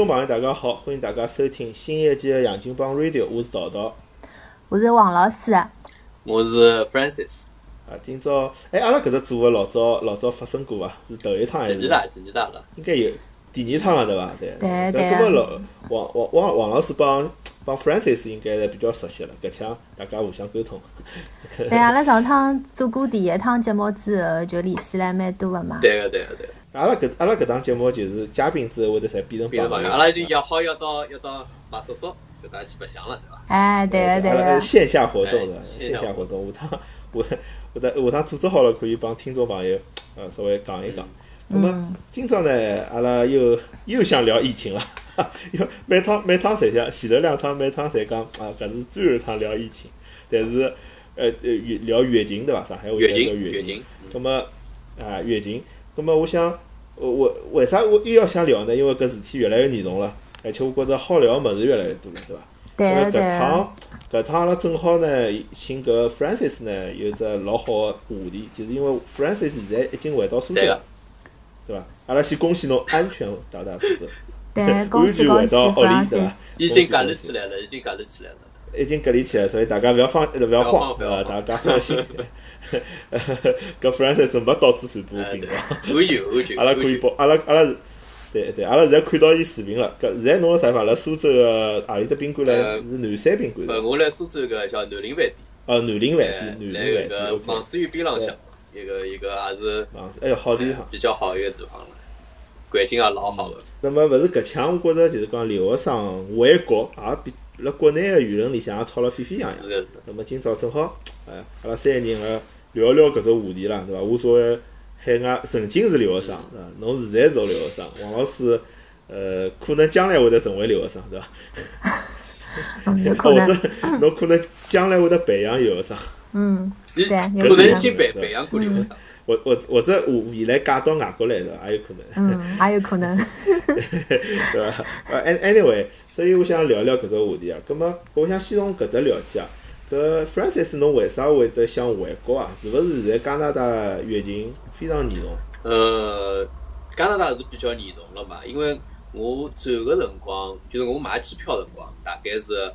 众朋友大家好，欢迎大家收听新一季的《洋泾浜 Radio》，我是桃桃， 我是王老师， 我是 Francis。 今朝阿拉搿只组合老早发生过伐？是头一趟还是？ 第二趟了， 应该有第二趟了对伐？对。 对。 搿么王老师帮 Francis 应该是比较熟悉了，搿腔大家互相沟通。 对，阿拉上趟做过第一趟节目之后，就联系了蛮多的嘛。 对个。 阿拉搿档节目就是嘉宾之后会得侪变成朋友。 阿拉已经约好要到马叔叔搿搭去白相了，对伐？ 哎，对个。 线下活动的，线下活动，下趟组织好了，可以帮听众朋友稍微讲一讲。那么今朝呢，阿拉又想聊疫情了，每趟侪想，前头两趟每趟侪讲搿是最后一趟聊疫情，但是聊疫情对伐？上海话叫疫情。那么疫情，那么我想我为啥我又要想聊呢？因为搿事体越来越严重了，而且我觉着好聊的物事越来越多了，对伐？ 对。 搿趟阿拉正好呢，请搿 Francis 呢有只老好个话题，就是因为 Francis 现在已经回到苏州了，对伐？阿拉先恭喜侬安全到达苏州， 对，恭喜 Francis， 已经隔离起来了， 已经隔离起来，所以大家勿要慌，大家放心。搿 Francis 没到处传播病毒，阿拉可以阿拉对，阿拉现在看到伊视频了。搿现在侬辣啥地方？辣苏州个何里只宾馆唻？是南山宾馆。 我辣苏州个叫南陵饭店。 南陵饭店。 那个黄石园边浪向，一个也是好地方， 比较好一个地方了，环境也老好个。 那么勿是搿腔，我觉着就是讲留学生回国也比辣国内个舆论里向也吵了沸沸扬扬。那么今朝正好，阿拉三个人来聊聊搿只话题啦，对伐？我作为海外曾经是留学生，侬现在做留学生，王老师，可能将来会得成为留学生，对伐？ 有可能。 或者侬可能将来会得培养留学生。 对， 可能已经培养过留学生。 或者未来嫁到外国来的也有可能。 也有可能。 对伐？anyway， 所以我想聊聊搿只话题啊。葛末我想先从搿搭聊起啊。搿 Francis， 侬为啥会得想回国啊？是勿是现在加拿大疫情非常严重？ 加拿大是比较严重了嘛，因为我走个辰光，就是我买机票辰光，大概是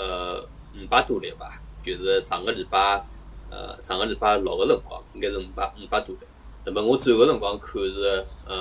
500多钿吧，就是上个礼拜六个辰光，应该是500多钿。那么我走个辰光看是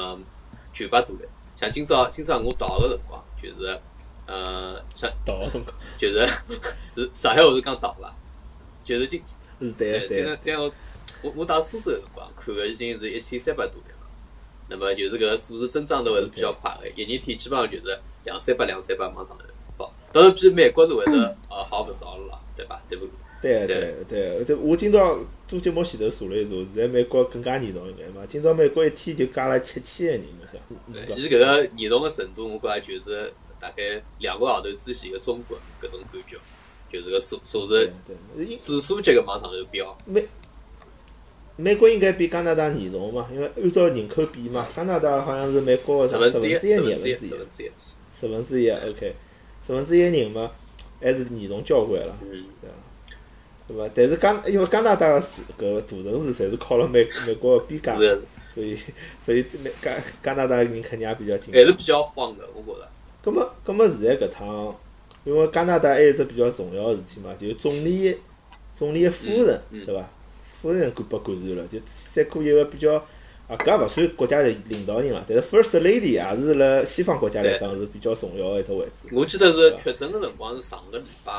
900多钿。像今朝我到个辰光，就是像到个辰光， 就是上海话是讲到伐？就是今是对。 这样我到苏州的辰光看个已经是1300多钿了。那么就是搿个数字增长的还是比较快的，一年天基本上就是200-300往上头跑。当然比美国是会得好不少了，对吧？对不？ 对，我今朝做节目前头查了一查，现在美国更加严重一眼嘛。今朝美国一天就加了7000个人， 对，伊搿个严重的程度，我觉着就是大概2个号头之前的中国搿种感觉，就是个数字指数级个往上头飙。 美国应该比加拿大严重嘛，因为按照人口比嘛，加拿大好像是美国的 1/10， 十分之一 ，OK， 1/10人嘛，还是严重交关了，对伐？但是因为加拿大个搿大城市侪是靠了美国个边界，所以加拿大人肯定也比较紧张， 还是比较慌的，我觉着。 咁么现在搿趟，因为加拿大还有一只比较重要个事体嘛，就是总理个夫人，对伐？夫人被感染了，就三过一个比较搿也勿算国家的领导人了，但是 First Lady 也是辣西方国家来讲是比较重要的一只位置。 我记得是确诊的辰光是上个礼拜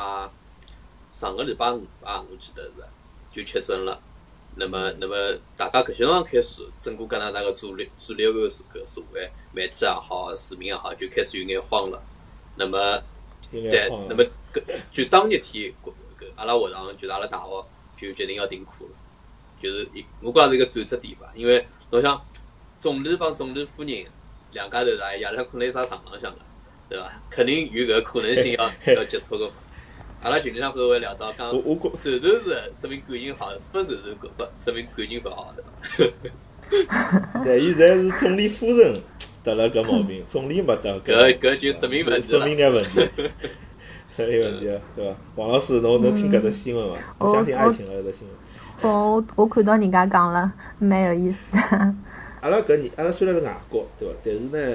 5吧，我记得是就确诊了。那么大家搿些辰光开始，整个加拿大个主流个社会媒体也好，市民也好，就开始有眼慌了。那么对，那么就当日天，阿拉学堂就是阿拉大学就决定要停课了。就是我觉着是一个转折点吧，因为侬想总理帮总理夫人两家头夜里可能有啥床浪向个，对伐？肯定有搿个可能性要接触个嘛。阿拉群里向不是会聊到讲，传头是说明感情好，不传头说明感情勿好，对伐？ 对，伊现在是总理夫人得了搿毛病，总理没得搿就说明问题了， 说明眼问题，说明问题，对伐？王老师，侬听搿只新闻伐？我相信爱情了搿只新闻。 我看到人家讲了，蛮有意思。 阿拉虽然是外国，对伐？但是呢，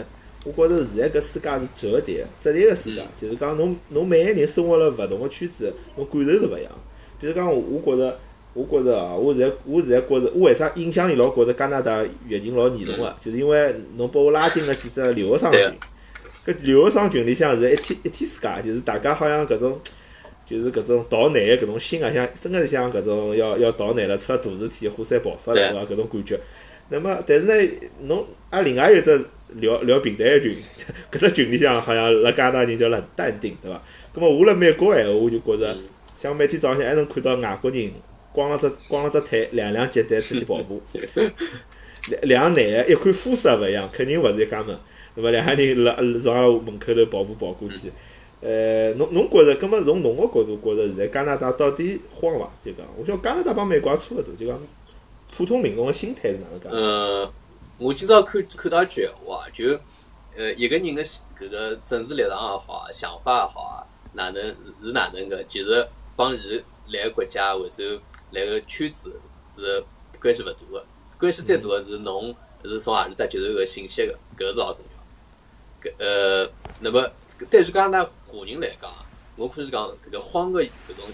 我觉着现在搿世界是折叠个世界，就是讲侬每个人生活辣勿同个圈子，侬感受是勿一样。比如讲，我觉着啊，我现在觉着，我为啥印象里老觉着加拿大疫情老严重个，就是因为侬拨我拉进了几只留学生群，搿留学生群里向是一天世界，就是大家好像搿种。就是搿种逃难个搿种心啊，像真个是像搿种要逃难了，出大事体，火山爆发了，对伐？搿种感觉。那么，但是呢，侬另外有只聊平淡个群，搿只群里向好像辣加拿大人叫很淡定，对伐？咁么我辣美国闲话，我就觉着，像每天早上还能看到外国人光了只腿，两简单出去跑步，两个男个一看肤色勿一样，肯定勿是一家门，对伐？两个人从阿拉门口头跑步跑过去。侬觉着，葛末从侬个角度觉着，现在加拿大到底慌伐？就讲，我晓得加拿大帮美国也差勿多，就讲普通民众个心态是哪能介？ 我今朝看到一句话，就一个人个搿个政治立场也好，想法也好啊，哪能个，其实帮伊辣个国家或者辣个圈子是关系勿大个，关系最大个是侬是从何里搭接受个信息个，搿是老重要。那么对于加拿大华人来讲，我可以讲搿个慌个搿种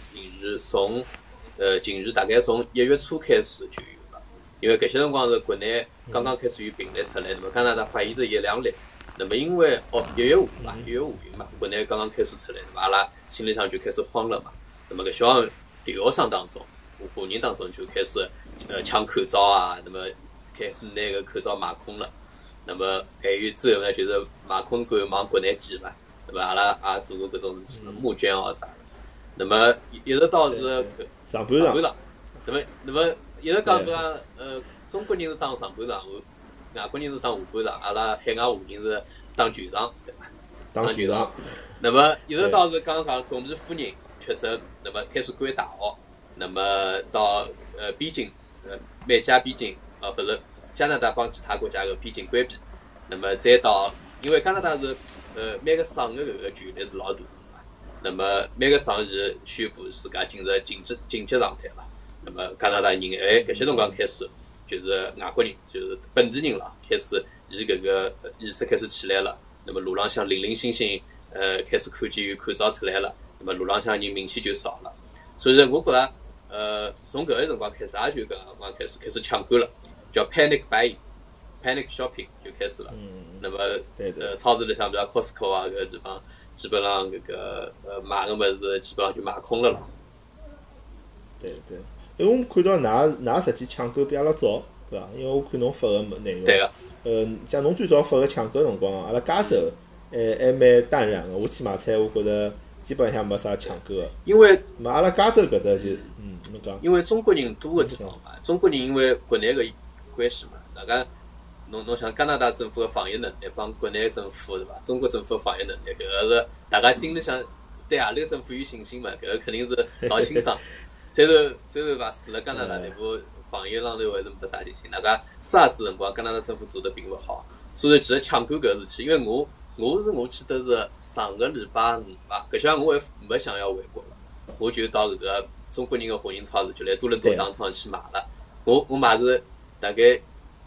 情绪大概从1月初开始就有了，因为搿些辰光是国内刚刚开始有病例出来，那么加拿大发现是1、2例，那么因为1月5嘛，1月5日嘛，国内刚刚开始出来，那么阿拉心里向就开始慌了嘛，那么搿些留学生当中，华人当中就开始抢口罩啊，那么开始拿个口罩买空了，那么还有之后呢，就是买空管往国内寄嘛。对伐？阿拉也做过搿种事体，募捐哦啥的。那么一直到是上半场， 那么一直讲中国人是打上半场，外国人是打下半场，阿拉海外华人是打全场，对伐？ 打全场。 那么一直到是刚刚总理夫人确诊，那么开始关大学，那么到边境美加边境不是加拿大帮其他国家的边境关闭，那么再到因为加拿大是每个省的搿个权力是老大的嘛，那么每个省是宣布自家进入紧急状态了。那么加拿大人搿些辰光开始，就是外国人，就是本地人了，开始伊搿个意识开始起来了。那么路浪向零零星星开始看见有口罩出来了，那么路浪向人明显就少了。所以我觉着从搿个辰光开始，也就搿个辰光开始抢购了，叫 panic buying。Panic shopping 就开始了，那么超市里向比如 Costco 啊搿个地方，基本上搿个买个物事基本上就买空了。 对，因为我们看到㑚实际抢购比阿拉早，对伐？因为我看侬发个内容。 对个。 像侬最早发个抢购辰光，阿拉加州还蛮淡然个。我去买菜，我觉着基本上没啥抢购个。 因为阿拉加州搿只就侬讲。 因为中国人多个地方嘛，中国人因为国内个关系嘛，大家。侬想加拿大政府的防疫能力帮国内政府对伐？中国政府的防疫能力，搿个是大家心里向对何里个政府有信心嘛？搿个肯定是老清爽。虽然伐，住辣加拿大，但部防疫上头还是没啥信心。大家SARS辰光，加拿大政府做得并勿好，所以其实抢购搿事体，因为我记得是上个礼拜5吧，搿下我还没想要回国了，我就到搿个中国人的华人超市，就来多伦多当趟去买了。我买是大概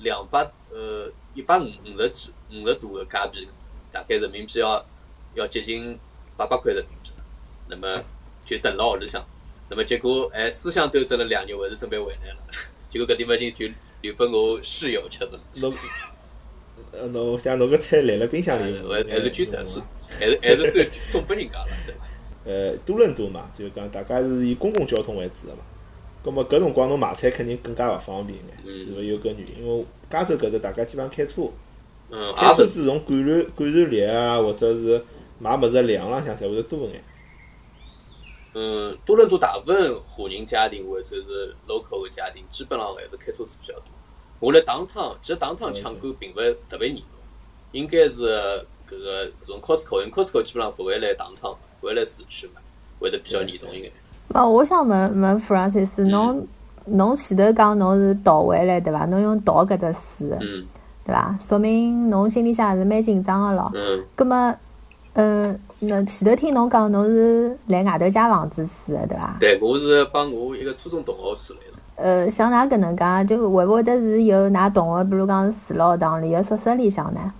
150多个加币，大概人民币要接近800块人民币，那么就等了屋里向，那么结果思想斗争了2日，还是准备回来了，结果搿点物事就留拨我室友吃了。 侬像侬个菜来了冰箱里， 还是捐脱，是还是送拨人家了，对伐？ 多伦多嘛，就是讲大家是以公共交通为主的嘛。咁么搿辰光侬买菜肯定更加勿方便眼，是勿有搿原因？因为加州搿搭大家基本上开车，开车子从感染力啊，或者是买物事量浪向侪会得多眼。 多伦多大部分华人家庭或者是 local 的家庭，基本上还是开车子比较多。我来其实当趟抢购并勿特别严重，应该是搿个从 Costco， 因为 Costco 基本上勿会来当趟，勿会来市区嘛，会得比较严重一眼。 我想问 Francis， 侬前头讲侬是逃回来对伐？侬用逃搿只词，对伐？说明侬心里向还是蛮紧张个咯。葛末，那前头听侬讲侬是来外头借房子住个对伐？ 对，我是帮我一个初中同学住来的。 像㑚搿能介，就会勿会得是有㑚同学，比如讲住辣学堂里个宿舍里向呢？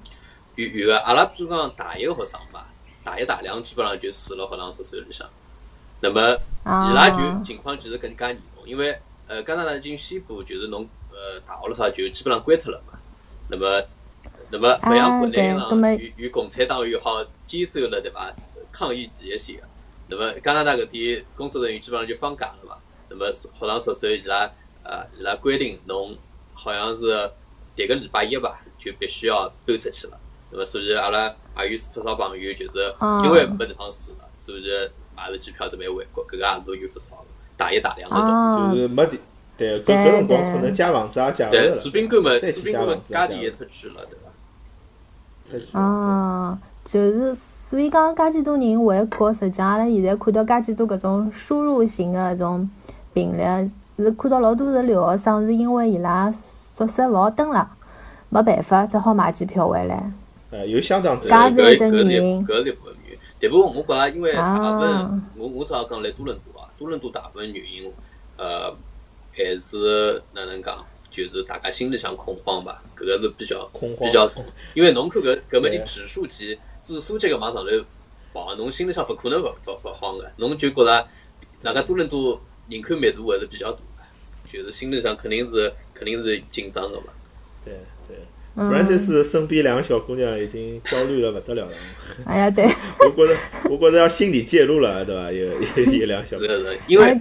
有个阿拉比如讲大一个学生嘛，大一大两基本上就住了学堂宿舍里向。那么伊拉就情况其实更加严重，因为加拿大进西部就是侬大学了啥就基本上关脱了嘛。那么不像国内上与共产党又好坚守了对伐？抗疫第一线。那么加拿大搿点工作人员基本上就放假了嘛。那么学堂宿舍伊拉规定侬好像是迭个礼拜一吧，就必须要搬出去了。那么所以阿拉也有不少朋友就是因为没地方住了，所以买了机票准备回国，搿个也都有不少。大一大两的就是没地，对，搿辰光可能借房子也借勿着了。 苏宾馆嘛价钿也太贵了，对伐？就是所以讲，介几多人回国，实际上阿拉现在看到介几多搿种输入型的搿种病例，是看到老多是留学生，是因为伊拉宿舍勿好蹲了，没办法，只好买机票回来。 有相当多。 搿是一只原因。 搿是一部分原因。但不过我觉着，因为大部分我只好讲来多伦多啊，多伦多大部分原因，还是哪能讲，就是大家心里向恐慌吧，搿个是比较重。因为侬看搿么点指数级这个往上头跑，侬心里向勿可能勿慌个，侬就觉着那个多伦多人口密度还是比较大的，就是心里向肯定是紧张个嘛。 对。Francis 身边两个小姑娘已经焦虑了不得了了。 哎呀，对。 我觉着要心理介入了，对伐？有两个小姑娘。 因为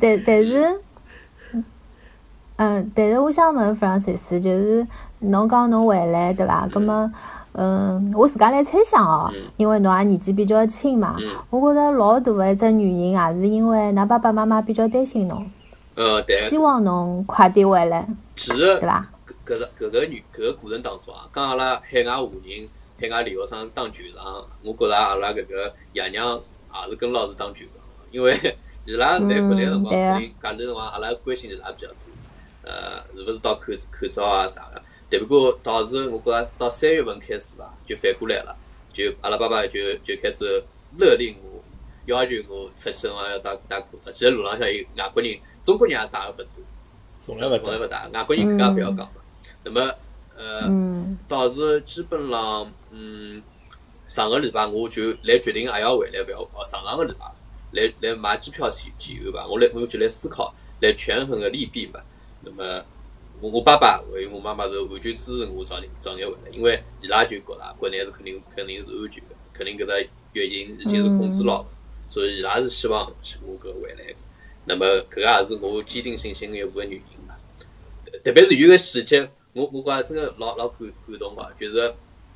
但是我想问 Francis， 就是侬讲侬回来对伐？咁么，我自家来猜想哦，因为侬也年纪比较轻嘛，我觉着老大的一只原因也是因为㑚爸爸妈妈比较担心侬， 对， 希望侬快点回来， 其实对伐？ 搿个过程当中啊，讲阿拉海外华人、海外留学生打球场，我觉着阿拉搿个爷娘也是跟牢是打球场，因为伊拉来国内辰光，肯定假日辰光阿拉关心伊拉比较多。是勿是到口罩啊啥个？但不过倒是我觉着到3月份开始吧，就反过来了，就阿拉爸爸就开始勒令我，要求我出去辰光要戴口罩。其实路浪向有外国人、中国人也戴个勿多，从来勿戴，外国人更加勿要讲嘛。那么倒是基本上上个礼拜我就来决定也要回来，上个礼拜来买机票前后吧，我就来思考，来权衡个利弊嘛。那么我爸爸还有我妈妈是完全支持我早点回来，因为伊拉就觉着国内是肯定是安全的，肯定搿个疫情已经是控制牢了，所以伊拉是希望我搿回来。那么搿个也是我坚定信心的一部分原因嘛。特别是有个细节，我觉着真的老感动个，就是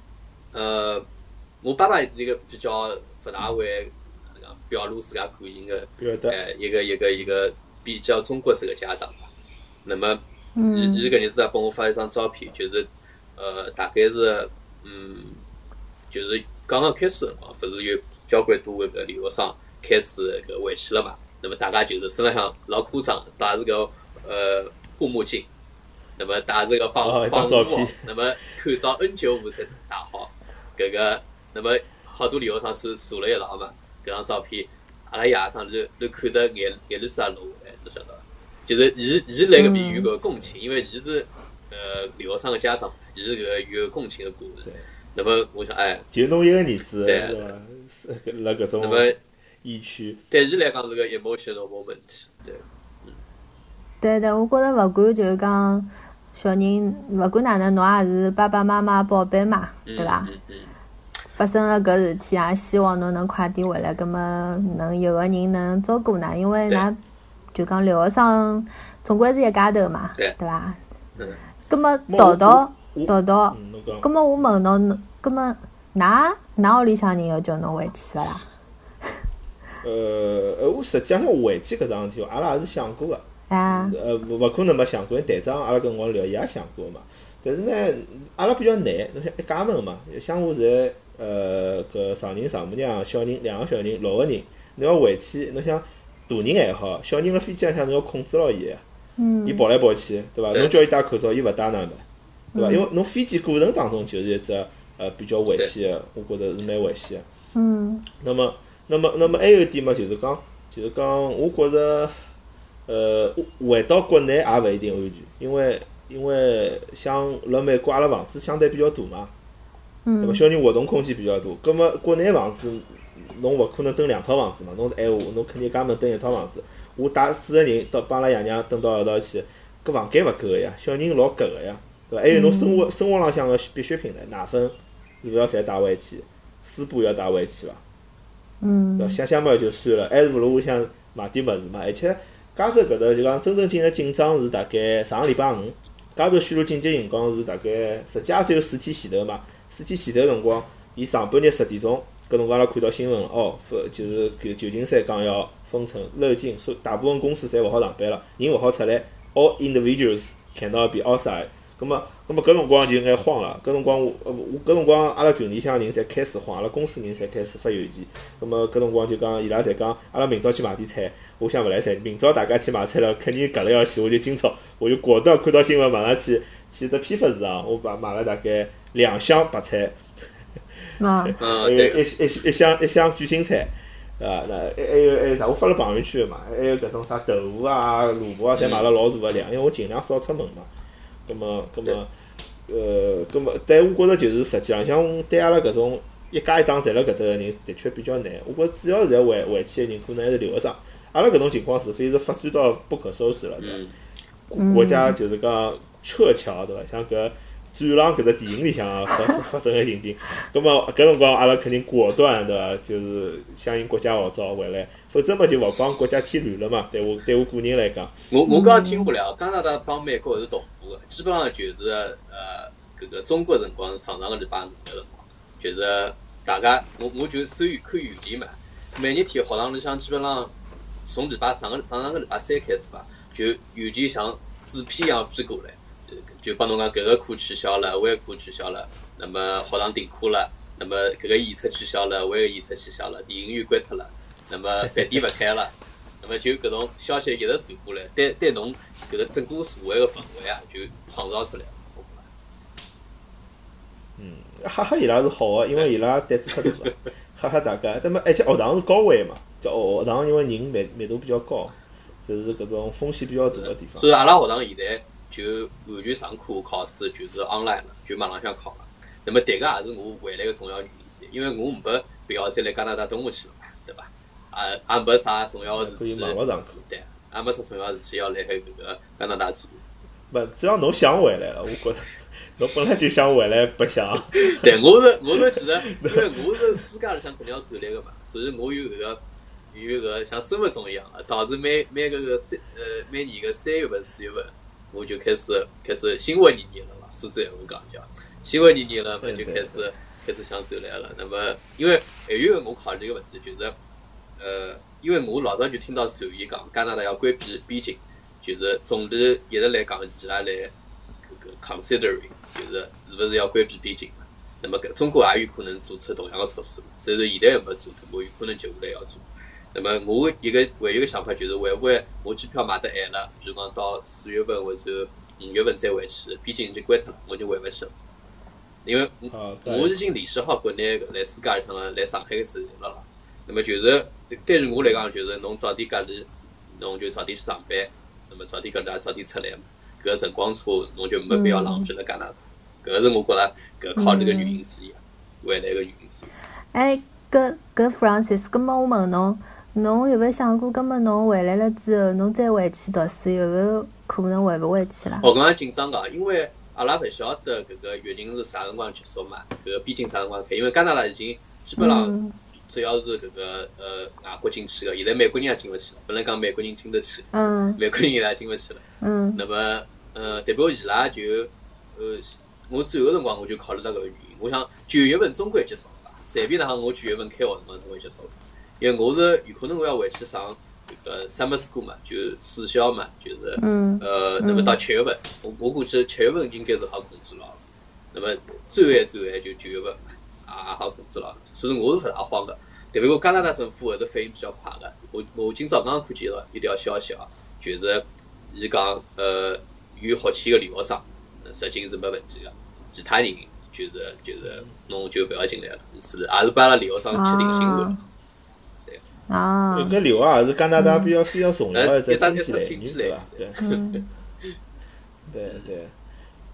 我爸爸是一个比较勿大会表露自家感情的一个比较中国式的家长吧。那么，伊搿日子也帮我发一张照片，就是大概是就是刚刚开始辰光，勿是有交关多个留学生开始搿回去了嘛？那么大家就是身浪向老夸张，戴着个护目镜，那么戴着个防护帽，那么口罩 N95 戴好，搿个那么好多留学生坐了一道嘛，搿张照片，阿拉爷讲就看得眼泪水也落下来，侬晓得伐？就是伊来搿边有个共情，因为伊是留学生的家长，伊是搿个有共情的过程。那么我想， 就侬一个儿子，对伐？辣搿种疫区， 对伊来讲是个 emotional moment， 对。 对，我觉着勿管就是讲小人，勿管哪能，侬也是爸爸妈妈宝贝嘛，对伐？发生了搿事体也希望侬能快点回来，葛末能有个人能照顾㑚，因为㑚就讲留学生总归是一家头嘛，对伐？葛末叨叨，葛末我问侬，葛末㑚屋里向人要叫侬回去勿啦？ 我实际上回去搿桩事体，阿拉也是想过个。勿可能没想过，队长阿拉跟我聊，伊也想过嘛。但是呢，阿拉比较难，侬想一家门嘛，像我现在搿丈人、丈母娘、小人2个小人、6个人，侬要回去，侬想大人还好，小人辣飞机浪向侬要控制牢伊个，伊跑来跑去，对伐？侬叫伊戴口罩，伊勿戴哪能办？对伐？因为侬飞机过程当中就是一只比较危险个，我觉着是蛮危险个。那么还有一点嘛，就是讲，我觉着。回到国内也勿一定安全，因为像辣美国阿拉房子相对比较大嘛， 对伐？小人活动空间比较大。葛末国内房子，侬勿可能蹲2套房子嘛？侬是闲话，侬肯定家门蹲1套房子。我带4个人到帮阿拉爷娘蹲到一道去，搿房间勿够个呀，小人老夹个呀，对伐？还有侬生活浪向个必需品唻，奶粉是勿要侪带回去，水补要带回去伐？对伐？想想嘛就算了，还是勿如我想买点物事嘛。而且加州搿搭就讲真正进入紧张是大概上个礼拜五，加州宣布紧急情况是大概实际也只有4天前头嘛。4天前头辰光，伊上半日10点钟，搿辰光阿拉看到新闻哦，就是旧金山讲要封城漏禁，所以大部分公司侪勿好上班了，人勿好出来 ，all individuals cannot be outside。咁么搿辰光就有眼慌了。搿辰光搿辰光阿拉群里向人侪开始慌，阿拉公司人侪开始发邮件。咁么搿辰光就讲伊拉侪讲，阿拉明朝去买点菜。我想勿来三，明朝大家去买菜了，肯定搿了要死。我就今朝我就果断看到新闻，马上去只批发市场，我买了大概2箱白菜，还有一箱卷心菜。那还有啥？我发了朋友圈个嘛，还有搿种啥豆腐啊、萝卜啊，侪买了老大个量，因为我尽量少出门嘛。葛么，但我觉着就是实际浪向对阿拉搿种一家一档侪辣搿搭个人，的确比较难。我觉着主要现在回去个人可能还是留学生。阿拉搿种情况，除非是发展到不可收拾了，对伐？国家就是讲撤侨，对伐？像搿战狼搿只电影里向发生个情景，葛么搿辰光阿拉肯定果断，对伐？就是响应国家号召回来，否则嘛就勿帮国家添乱了嘛。对我个人来讲， 我刚刚听下来，加拿大帮美国是同步的，基本上就是搿个中国辰光上个礼拜5个辰光，就是大家我就看原点嘛，每日天学堂里向基本上从上个礼拜3开始吧，就完全像纸片一样飞过来，就帮侬讲搿个课取消了，那个课取消了，那么学堂停课了，那么搿个演出取消了，那个演出取消了，电影院关脱了，那么饭店勿开了，那么就搿种消息一直传过来，对侬搿个整个社会个氛围啊，就创造出来了。 吓伊拉是好个，因为伊拉胆子太大了，吓大家。那么而且学堂是高危嘛，叫学堂因为人密度比较高，就是搿种风险比较大个地方。 所以阿拉学堂现在就完全上课考试就是 online 了，就网浪向考了。那么迭个也是我回来个重要原因之一，因为我没必要再来加拿大蹲下去了嘛，对伐？也没啥重要个事体，对，也没啥重要个事体要来搿个加拿大做。 勿，只要侬想回来了，我觉着。侬本来就想回来白相。 对，我是其实，因为我是暑假里向肯定要转来个嘛，所以我有搿个像生物钟一样的，导致每年个3月份、4月份，我就开始心灰意冷了嘛。苏州闲话讲叫心灰意冷了嘛，就开始想走来了。那么，因为还有我考虑一个问题，就是因为我老早就听到传言讲加拿大要关闭边境，就是总理一直来讲伊拉来搿个 considering。是不是要关闭边境？那么中国也有可能做出同样的措施，虽然现在还没做，我有可能接下来要做。那么我唯一个想法就是，会不会我机票买得晚了，比如讲到4月份或者5月份再回去，边境已经关脱了，我就回不去了。因为我已经联系好国内来世界里向来上海的手续了。那么就是对于我来讲，就是侬早点隔离，侬就早点去上班，那么早点隔离，早点出来嘛。搿个辰光差，侬就没必要浪费辣加拿大。搿个是我觉着搿考虑个原因之一，回来个原因之一。 哎，搿 Francis， 搿么我问侬，侬有没有想过，搿么侬回来了之后，侬再回去读书，有没有可能回勿回去啦？ 我刚刚紧张个，因为阿拉勿晓得搿个疫情是啥辰光结束嘛，搿个边境啥辰光开，因为加拿大已经基本上只要是搿个外国进去个，现在美国人也进勿去了。本来讲美国人进得去，美国人现在进勿去了。那么代表伊拉就我最后辰光我就考虑到搿个原因，我想9月份总归结束了吧？随便哪行我9月份开学辰光总归结束了，因为我是有可能我要回去上搿个 summer school 嘛，就暑校嘛，就是那么到7月份，我估计7月份应该是好控制牢了。那么最晚就9月份也好控制牢，所以我是勿大慌个。特别我加拿大政府还是反应比较快个。我今朝刚刚看见了一条消息啊，就是伊讲有学签个留学生。实际是没问题个，其他人就是侬就不要进来了，是也是帮阿拉留学生吃定心丸了。对啊， 搿留学也是加拿大非常重要的一只经济来源，对伐？对。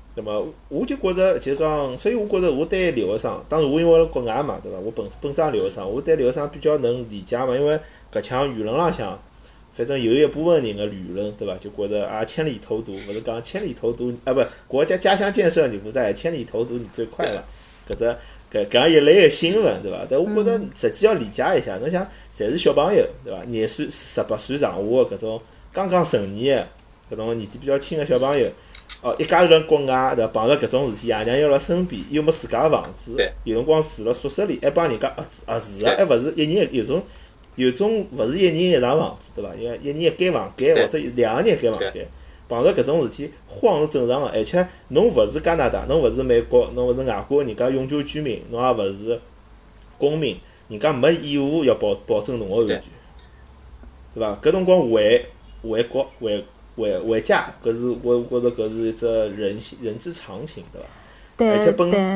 那么我就觉着就是讲，所以我觉着我对留学生，当然我因为我辣国外嘛，对伐？我本身留学生，我对留学生比较能理解嘛，因为搿腔舆论浪向，反正有一部分人的舆论，对伐？就觉着啊，千里投毒，勿是讲千里投毒啊，不，国家家乡建设你不在，千里投毒你最快了，搿只搿样一类的新闻，对伐？但我觉着实际要理解一下，侬想，侪是小朋友，对伐？廿岁、18岁上下的搿种刚刚成年的搿种年纪比较轻的小朋友。哦，一家头辣国外，对伐？碰着搿种事体，爷娘要辣身边，又没自家个房子，有辰光住辣宿舍里，还帮人家住个，还勿是一人有种勿是一人一幢房子，对伐？一人一间房间，或者两个人一间房间，碰着搿种事体，慌是正常个。而且侬勿是加拿大，侬勿是美国，侬勿是外国人家永久居民，侬也勿是公民，人家没义务要保证侬个安全，对伐？搿辰光回国回家，搿是我觉着搿是一只人之常情，对伐？ 对， 而且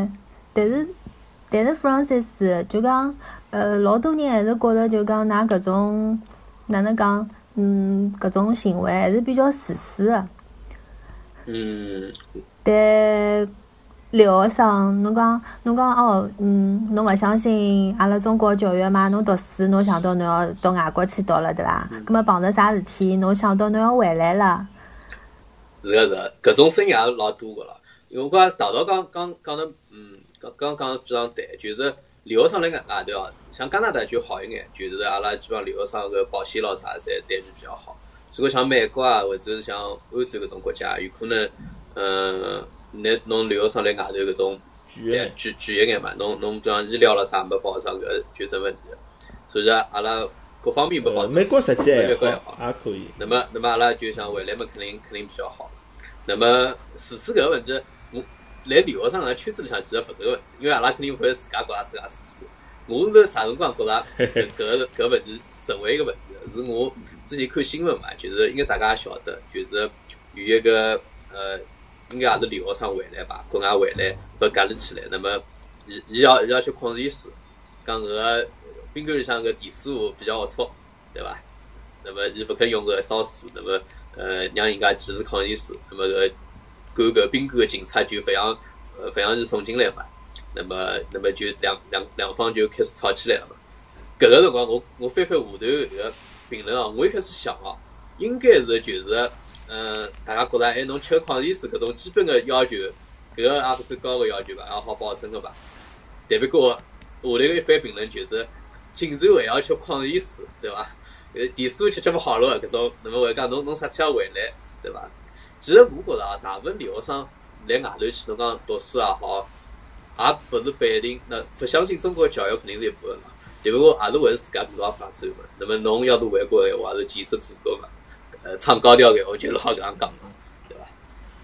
但是 Francis 就讲，老多人还是觉着就讲，㑚搿种哪能讲，搿种行为还是比较自私个。但留学生，侬讲哦，侬勿相信阿拉中国教育嘛？侬读书，侬想到侬要到外国去读了，对伐？葛末碰着啥事体，侬想到侬要回来了。 是个，搿种声音也老多个了。因为我觉大道讲得，刚讲得非常对，就是留学生辣外头哦，像加拿大就好一眼，就是阿拉基本上留学生个保险咯啥侪待遇比较好。如果像美国啊，或者是像欧洲搿种国家，有可能，侬留学生辣外头搿种贵一眼嘛，侬比方医疗咯啥没保障搿就成问题了。所以阿拉各方面没保障。 美国实际还好，也可以。 那么阿拉就想回来嘛，肯定比较好。那么自私搿个问题，我来留学生个圈子里向其实勿是个问题，因为阿拉肯定会自家觉自家自私。我是啥辰光觉着搿问题成为一个问题？是我之前看新闻嘛，就是应该大家也晓得，就是有一个应该也是留学生回来吧，国外回来被隔离起来，那么伊要去矿泉水，讲搿个宾馆里向搿电水比较龌龊，对伐？那么伊勿肯用搿烧水，那么让人家几匙矿泉水，那么管搿宾馆的警察就非常是送进来嘛。那么就两方就开始吵起来了嘛。搿个辰光我翻下头搿个评论我一开始想应该是就是大家觉得侬吃矿泉水搿种基本的要求，搿个也不是高的要求吧，也好保证的吧。但不过下头一番评论就是竟然还要吃矿泉水，对伐？电水吃不好了搿种，那么会讲侬啥天要回来，对伐？其实我觉着大部分留学生来外头去，侬讲读书也好，也勿是不一定，那不相信中国教育肯定是一部分嘛。只不过也是为自家更好发展嘛。那么侬要是回国的话，是建设祖国嘛？唱高调的，我就好搿样讲嘛，对伐？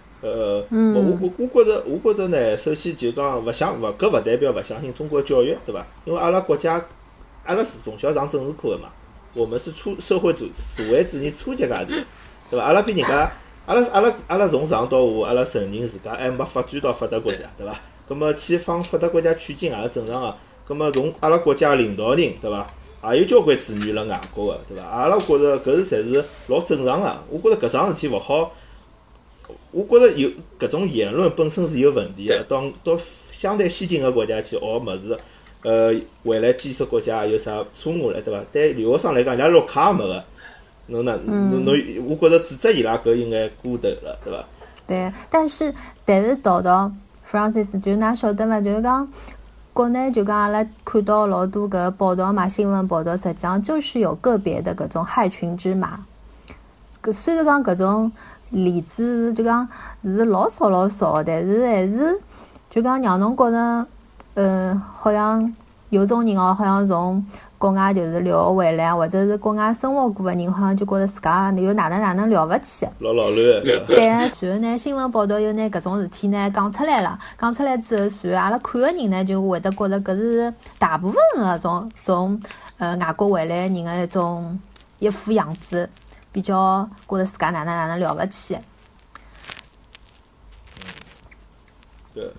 我觉着呢，首先就讲搿勿代表勿相信中国教育，对伐？因为阿拉国家，阿拉是从小上政治课的嘛，我们是社会主义初级阶段，对伐？阿拉比人家，阿拉从上到下，阿拉承认自家还没发展到发达国家，对伐？葛末去帮发达国家取经也是正常个。葛末从阿拉国家领导人，对伐？也有交关子女辣外国个，对伐？阿拉觉着搿是侪是老正常个。我觉着搿桩事体勿好，我觉着有搿种言论本身是有问题个。到相对先进个国家去学物事，回来建设国家有啥错误唻，对伐？对留学生来讲，人家绿卡也没个，侬，我觉着指责伊拉搿应该过头了，对伐？ 对，但是到 Francis 就㑚晓得嘛？就是讲国内就讲阿拉看到老多搿报道嘛，新闻报道实际上就是有个别的搿种害群之马。虽然讲搿种例子就讲是老少，但是还是就讲让侬觉着，好像有种人好像从国外就是留学回来，或者是国外生活过的人，好像就觉着自家有哪能了勿起。 老乱的。 对，然后呢，新闻报道又拿搿种事体呢讲出来了，讲出来之后，然后阿拉看个人呢就会得觉着搿是大部分个从外国回来人个一副样子，比较觉着自家哪能了勿起。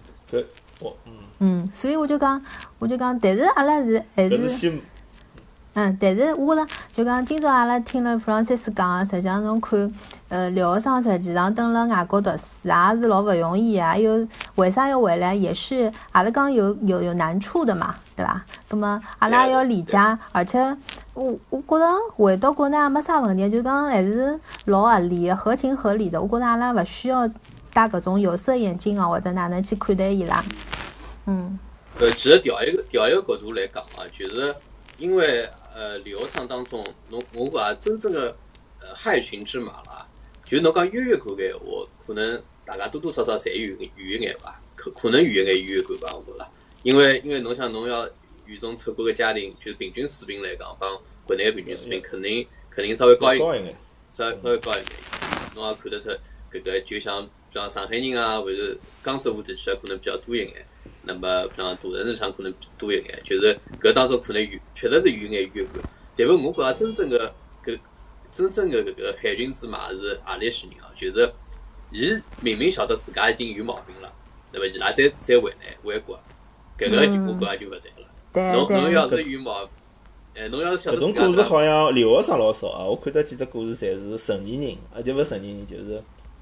搿所以我就讲，但是阿拉还是但是我觉着就讲今朝阿拉听了 Francis 讲个，实际上侬看，留学生实际上蹲辣外国读书也是老勿容易啊。又为啥要回来，也是阿拉讲有难处的嘛，对伐？那么阿拉要理解，而且我觉着回到国内也没啥问题，就讲还是老合理的，合情合理的。我觉着阿拉勿需要戴搿种有色眼镜啊，或者哪能去看待伊拉。 其实调一个角度来讲啊，就是因为留学生当中，我讲真正的害群之马啦，就是侬讲优越感个闲话，可能大家多多少少侪有一眼吧，可能有一眼优越感吧，我觉着。因为侬想侬要与中出国个家庭，就是平均水平来讲，帮国内个平均水平肯定稍微高一点，稍微高一点。侬也看得出搿个就像上海人啊，或者江浙沪地区可能比较多一眼。那么像大城市上可能多一眼，就是搿当中可能确实是有眼优越感。但是我觉着真正个搿个害群之马是何里些人啊？就是伊明明晓得自家已经有毛病了，那么伊拉再回国，搿个我觉着就勿对了。侬要是有毛，侬要是晓得自家。搿种故事好像留学生老少啊，我看到几只故事侪是成年人，就勿是成年人，就是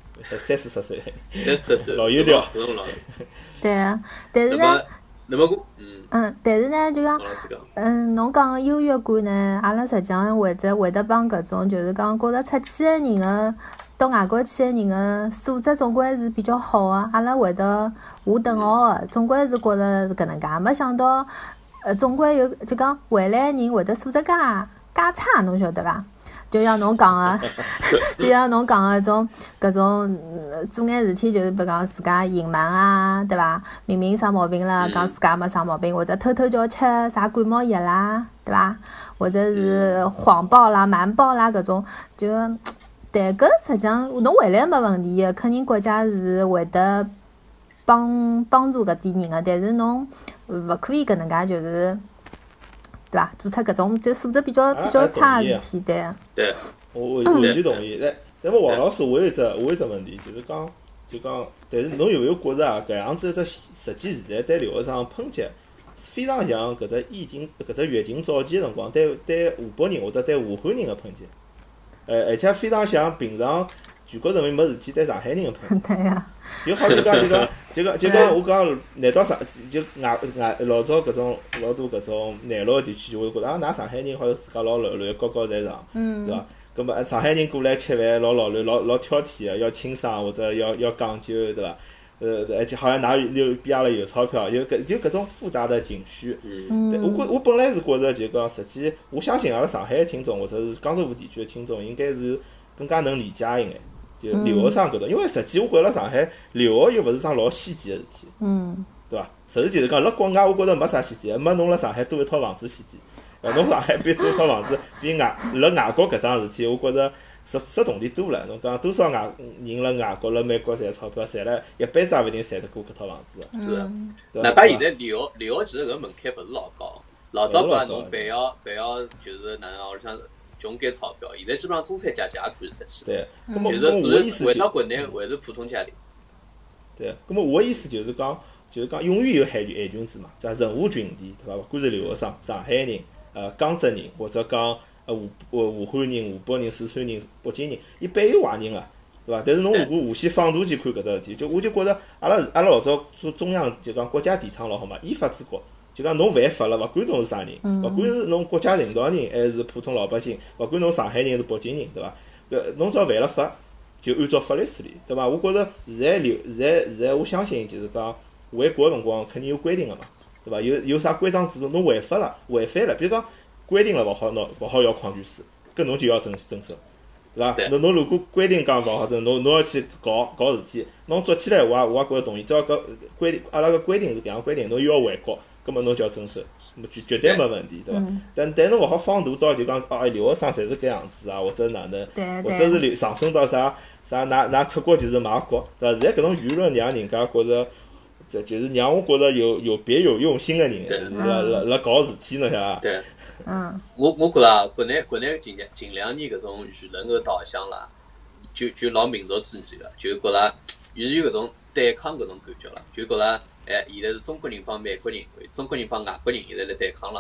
30-40岁，老油条。 对啊，但是呢，但是呢，就讲，侬讲个优越感呢，阿拉实际上会得帮搿种就是讲觉着出去个人个到外国去个人个素质总归是比较好个，阿拉会得划等号个，总归是觉着是搿能介，没想到总归有就讲回来个人会得素质介差，侬晓得伐？就像侬讲个，就像侬讲个搿种做眼事体，就是比如讲自家隐瞒啊，对伐？明明生毛病了，讲自家没生毛病，或者偷偷叫吃啥感冒药啦，对伐？或者是谎报啦、瞒报啦搿种，就但搿实际上侬回来没问题个，肯定国家是会得帮助搿点人个，但是侬勿可以搿能介就是。对伐？做出搿种就素质比较差的事体， 对。 我完全同意。那么王老师，我有一只问题，就是讲，但是侬有没有觉着啊？搿样子一只实际现在对留学生抨击，非常像搿只疫情早期个辰光对湖北人或者对武汉人个抨击，而且非常像平常全国人民没事体对上海人个抨击。 对呀。 就好比就讲，我讲，难道就外老早搿种老多搿种内陆个地区就会觉得啊，㑚上海人好像自家老柔软，高高在上，对伐？葛末上海人过来吃饭老老卵，老挑剔个，要清爽或者要讲究，对伐？而且好像㑚比阿拉有钞票，就搿种复杂的情绪。我本来是觉着就讲，实际我相信阿拉上海个听众或者是江浙沪地区个听众，应该是更加能理解一眼。就留学生搿种，因为实际我觉着辣上海留学又勿是桩老稀奇个事体，对伐？实事求是讲，辣国外我觉着没啥稀奇，没侬辣上海多一套房子稀奇。侬上海比多一套房子，比辣外国搿桩事体，我觉着实动力多了。侬讲多少人辣外国辣美国赚钞票，赚了一辈子也勿一定赚得过搿套房子。 是，哪怕现在留学其实搿门槛勿是老高，老早讲侬非要就是哪能屋里向。穷眼钞票，现在基本上中产阶级也可以出去。 对， 就是回到国内还是普通家庭。 对，咁么我个意思就是讲，永远有害群之马，叫任何群体，对伐？勿管是留学生、上海人、江浙人，或者讲武汉人、湖北人、四川人、北京人，伊必有坏人个，对伐？但是侬如果无限放大去看搿只事体，我就觉着阿拉老早做中央就讲国家提倡老好嘛，依法治国。就讲侬犯法了，勿管侬是啥人，勿管是侬国家领导人还是普通老百姓，勿管侬上海人是北京人，对伐？侬只要犯了法，就按照法律处理，对伐？我觉着现在我相信就是讲回国个辰光肯定有规定个嘛，对伐？有啥规章制度，侬违反了，比如讲规定了勿好要矿泉水，搿侬就要遵守，对伐？侬如果规定讲勿好遵，侬要去搞事体，侬做起来我也觉着同意，只要搿规定阿拉个规定是搿样规定，侬又要回国。咁么侬就要遵守，绝对没问题，对伐？但侬勿好放大到就讲留学生侪是搿样子啊，或者哪能，或者是上升到啥㑚出国就是卖国，对伐？现在搿种舆论让人家觉着，就是让我觉着有别有用心个人，辣搞事体，侬晓得伐？ 对，我觉着国内近2年搿种舆论个导向啦，就老民族主义个，就觉着有搿种对抗搿种感觉了，就觉着。现在是中国人帮美国人，中国人帮外国人现在来对抗了。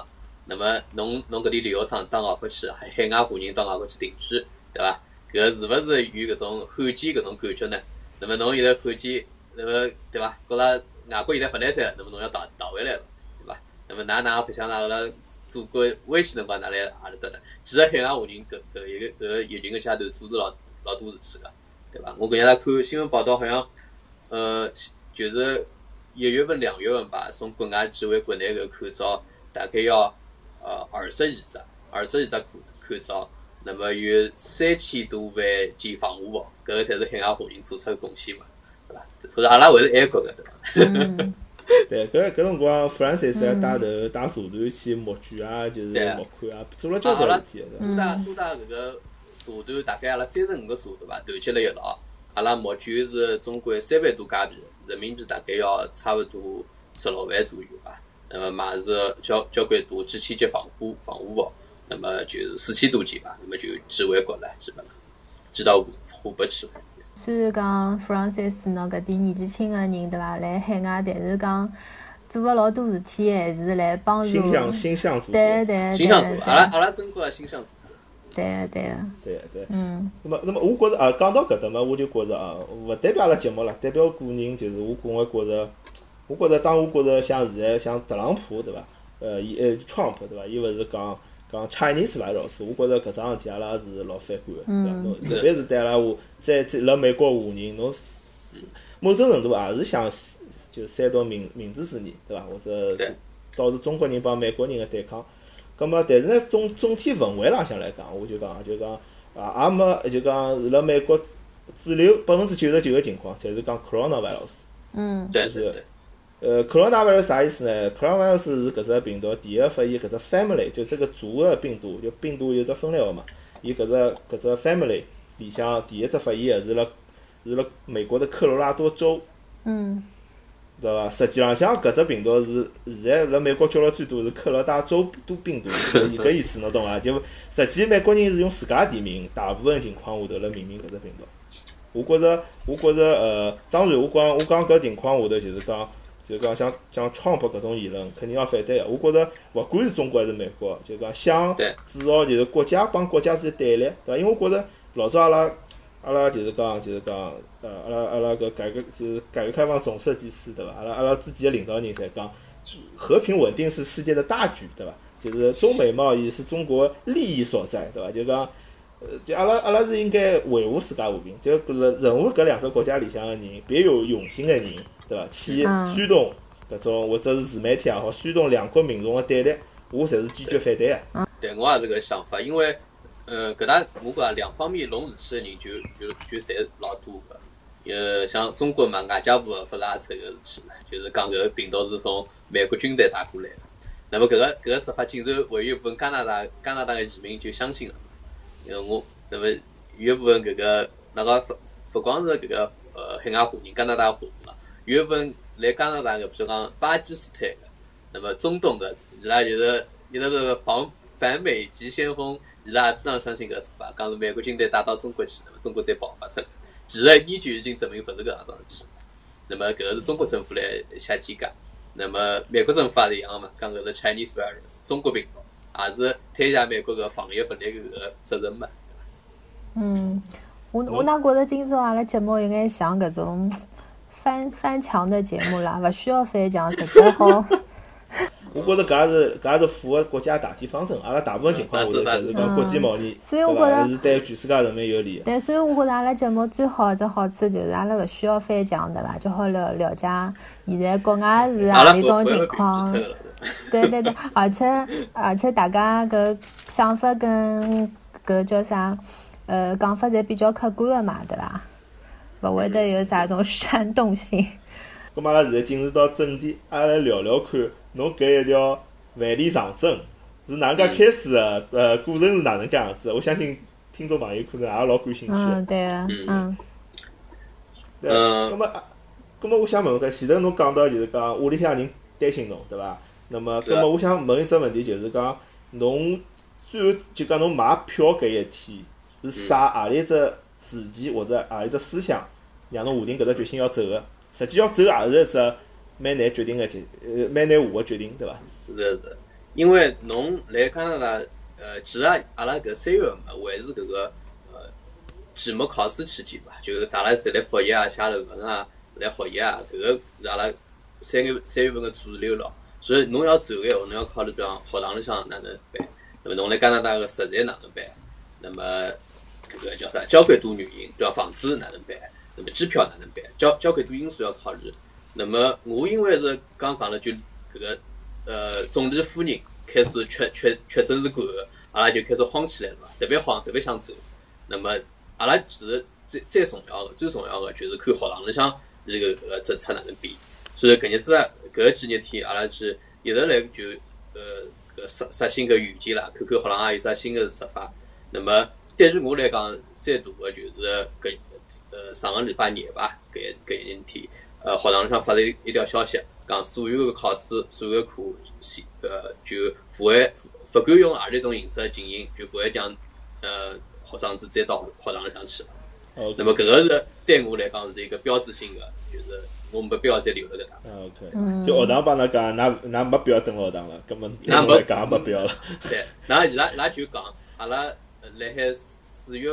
那么侬搿点旅游商到外国去，海外华人到外国去定居，对伐？搿是勿是有搿种罕见搿种感觉呢？那么侬现在看见，那么对伐？觉着外国现在勿来三，那么侬要逃回来了，对伐？那么㑚勿像㑚辣祖国危险辰光，㑚来何里搭呢？其实海外华人搿疫情个阶段做是老多事体个，对伐？我搿日看新闻报道，好像就是1月份、2月份吧，从国外寄回国内搿口罩大概要22只口罩。那么有3000多万件防护服，搿个才是海外华人做出的贡献嘛，对伐？所以阿拉还是爱国个，对伐？ 对，搿辰光Francis还带社团去募捐啊，就是募款啊，做了交关事体的。多大搿个社团，大概阿拉35个社团吧，团结了一道，阿拉募捐是总归3万多加币，人民币大概要差不多16万左右吧。那么买是交关多几千件防护服。那么就是4000多件吧，那么就寄回国了，基本上寄到湖北去了。 虽然讲 Francis 侬搿点年纪轻个人对伐，来海外，但是讲做个老多事体，还是来帮助新向组。 对。 新向组，阿拉中国个新向组。 对。 那么我觉着讲到搿搭嘛，我就觉着勿代表阿拉节目了，代表个人，就是我觉着，我觉着像现在像特朗普对伐，Trump 对伐，伊勿是讲 Chinese virus， 我觉着搿桩事体阿拉是老反感个，对伐？特别是对阿拉在辣美国华人，侬某种程度也是想就煽动民主主义，对伐？或者导致中国人帮美国人个对抗。咁么，但是呢，总体氛围浪向来讲，我就讲也没就讲辣美国主流99%个情况，侪是讲 coronavirus。 对。 coronavirus 啥意思呢 ？coronavirus 是搿只病毒第一发现搿只 family， 就这个族个病毒，就病毒有只分类号嘛。伊搿只 family 里向第一只发现个是辣美国的科罗拉多州。对伐？实际浪向搿只病毒是现在辣美国叫了最多是科罗拉多病毒，搿意思侬懂伐？就实际美国人是用自家地名，大部分情况下头来命名搿只病毒。我觉着当然我讲搿情况下头就是讲像 Trump 搿种言论肯定要反对个。我觉着勿管是中国还是美国，就讲想制造就是国家帮国家之间对立，对伐？因为我觉着老早阿拉就是讲阿拉搿改革开放总设计师对伐？阿拉之前的领导人侪讲，和平稳定是世界的大局，对伐？就是中美贸易是中国利益所在，对伐？就讲就阿拉是应该维护世界和平，就任何搿两只国家里向个人，别有用心个人，对伐？去煽动搿种或者是自媒体也好，煽动两国民众个对立，我侪是坚决反对个。 对，我也是搿想法，因为搿搭我觉两方面弄事体个人就侪老多个。像中国嘛，外交部发啥出搿事体呢？就是讲搿个病毒是从美国军队带过来的。那么搿个说法，竟然还有一部分加拿大个移民就相信了。那么有一部分搿个那个不光是搿个海外华人、加拿大华人嘛，有一部分来加拿大个，比如讲巴基斯坦个，那么中东个，伊拉就是一直是反美急先锋，伊拉也非常相信搿说法，讲是美国军队打到中国去，那么中国再爆发出来。其实研究已经证明勿是搿样桩事体。那么搿个是中国政府来瞎建假，那么美国政府也是一样嘛，讲搿是 Chinese virus 中国病毒，也是推卸美国个防疫分裂搿个责任嘛。 我哪觉着今朝阿拉节目应该像搿种翻墙的节目啦，勿需要翻墙，直接好。 我觉着搿也是符合国家大体方针，阿拉大部分情况下头侪是讲国际贸易， 所以我觉着是对全世界人民有利。 对，所以我觉着阿拉节目最好的好处就是阿拉勿需要翻墙，对伐？就好了解现在国外是何里种情况。对，而且大家搿想法跟搿叫啥讲法侪比较客观的嘛，对伐？勿会得有啥种煽动性。 咁阿拉现在进入到正题，阿拉来聊聊看，侬搿一条万里长征是哪能介开始的？过程是哪能介样子？我相信听众朋友可能也老感兴趣。 对个， 咁么，我想问搿前头侬讲到就是讲屋里向人担心侬，对伐？那么，咁么我想问一只问题，就是讲侬最后就讲侬买票搿一天是啥何里只事件或者何里只思想让侬下定搿只决心要走个？实际要走也是一只蛮难决定个蛮难下个决定，对伐？ 是。 因为侬来加拿大，其实阿拉搿3月嘛，还是搿个期末考试期间吧，就是大家侪来复习啊、写论文啊、来学习啊，搿个是阿拉3月份个主流咯。所以侬要走个闲话，侬要考虑比方学堂里向哪能办，那么侬来加拿大个实习哪能办，那么搿个叫啥交关多原因，对伐？房子哪能办，那么机票哪能办，交关多因素要考虑。那么我因为是刚讲了，就搿个总理夫人开始确诊是感染，阿拉就开始慌起来了嘛，特别慌，特别想走。那么阿拉其实最重要的就是看学堂里向这个政策哪能变。所以搿日子搿几日天，阿拉是一直来就刷新搿软件啦，看看学堂也有啥新的说法。那么对于我来讲，最大的就是搿上个礼拜日吧，搿一日天，学堂里向发了一条消息，讲所有的考试、所有的课就勿敢用何里种形式进行，就勿会将学生子再到学堂里向去了。那么搿个是对我来讲是一个标志性的，就是我没必要再留辣搿搭。 OK， 就学堂帮㑚讲，㑚没必要登学堂了，根本㑚没讲没必要了。 对，那伊拉就讲，阿拉辣海4月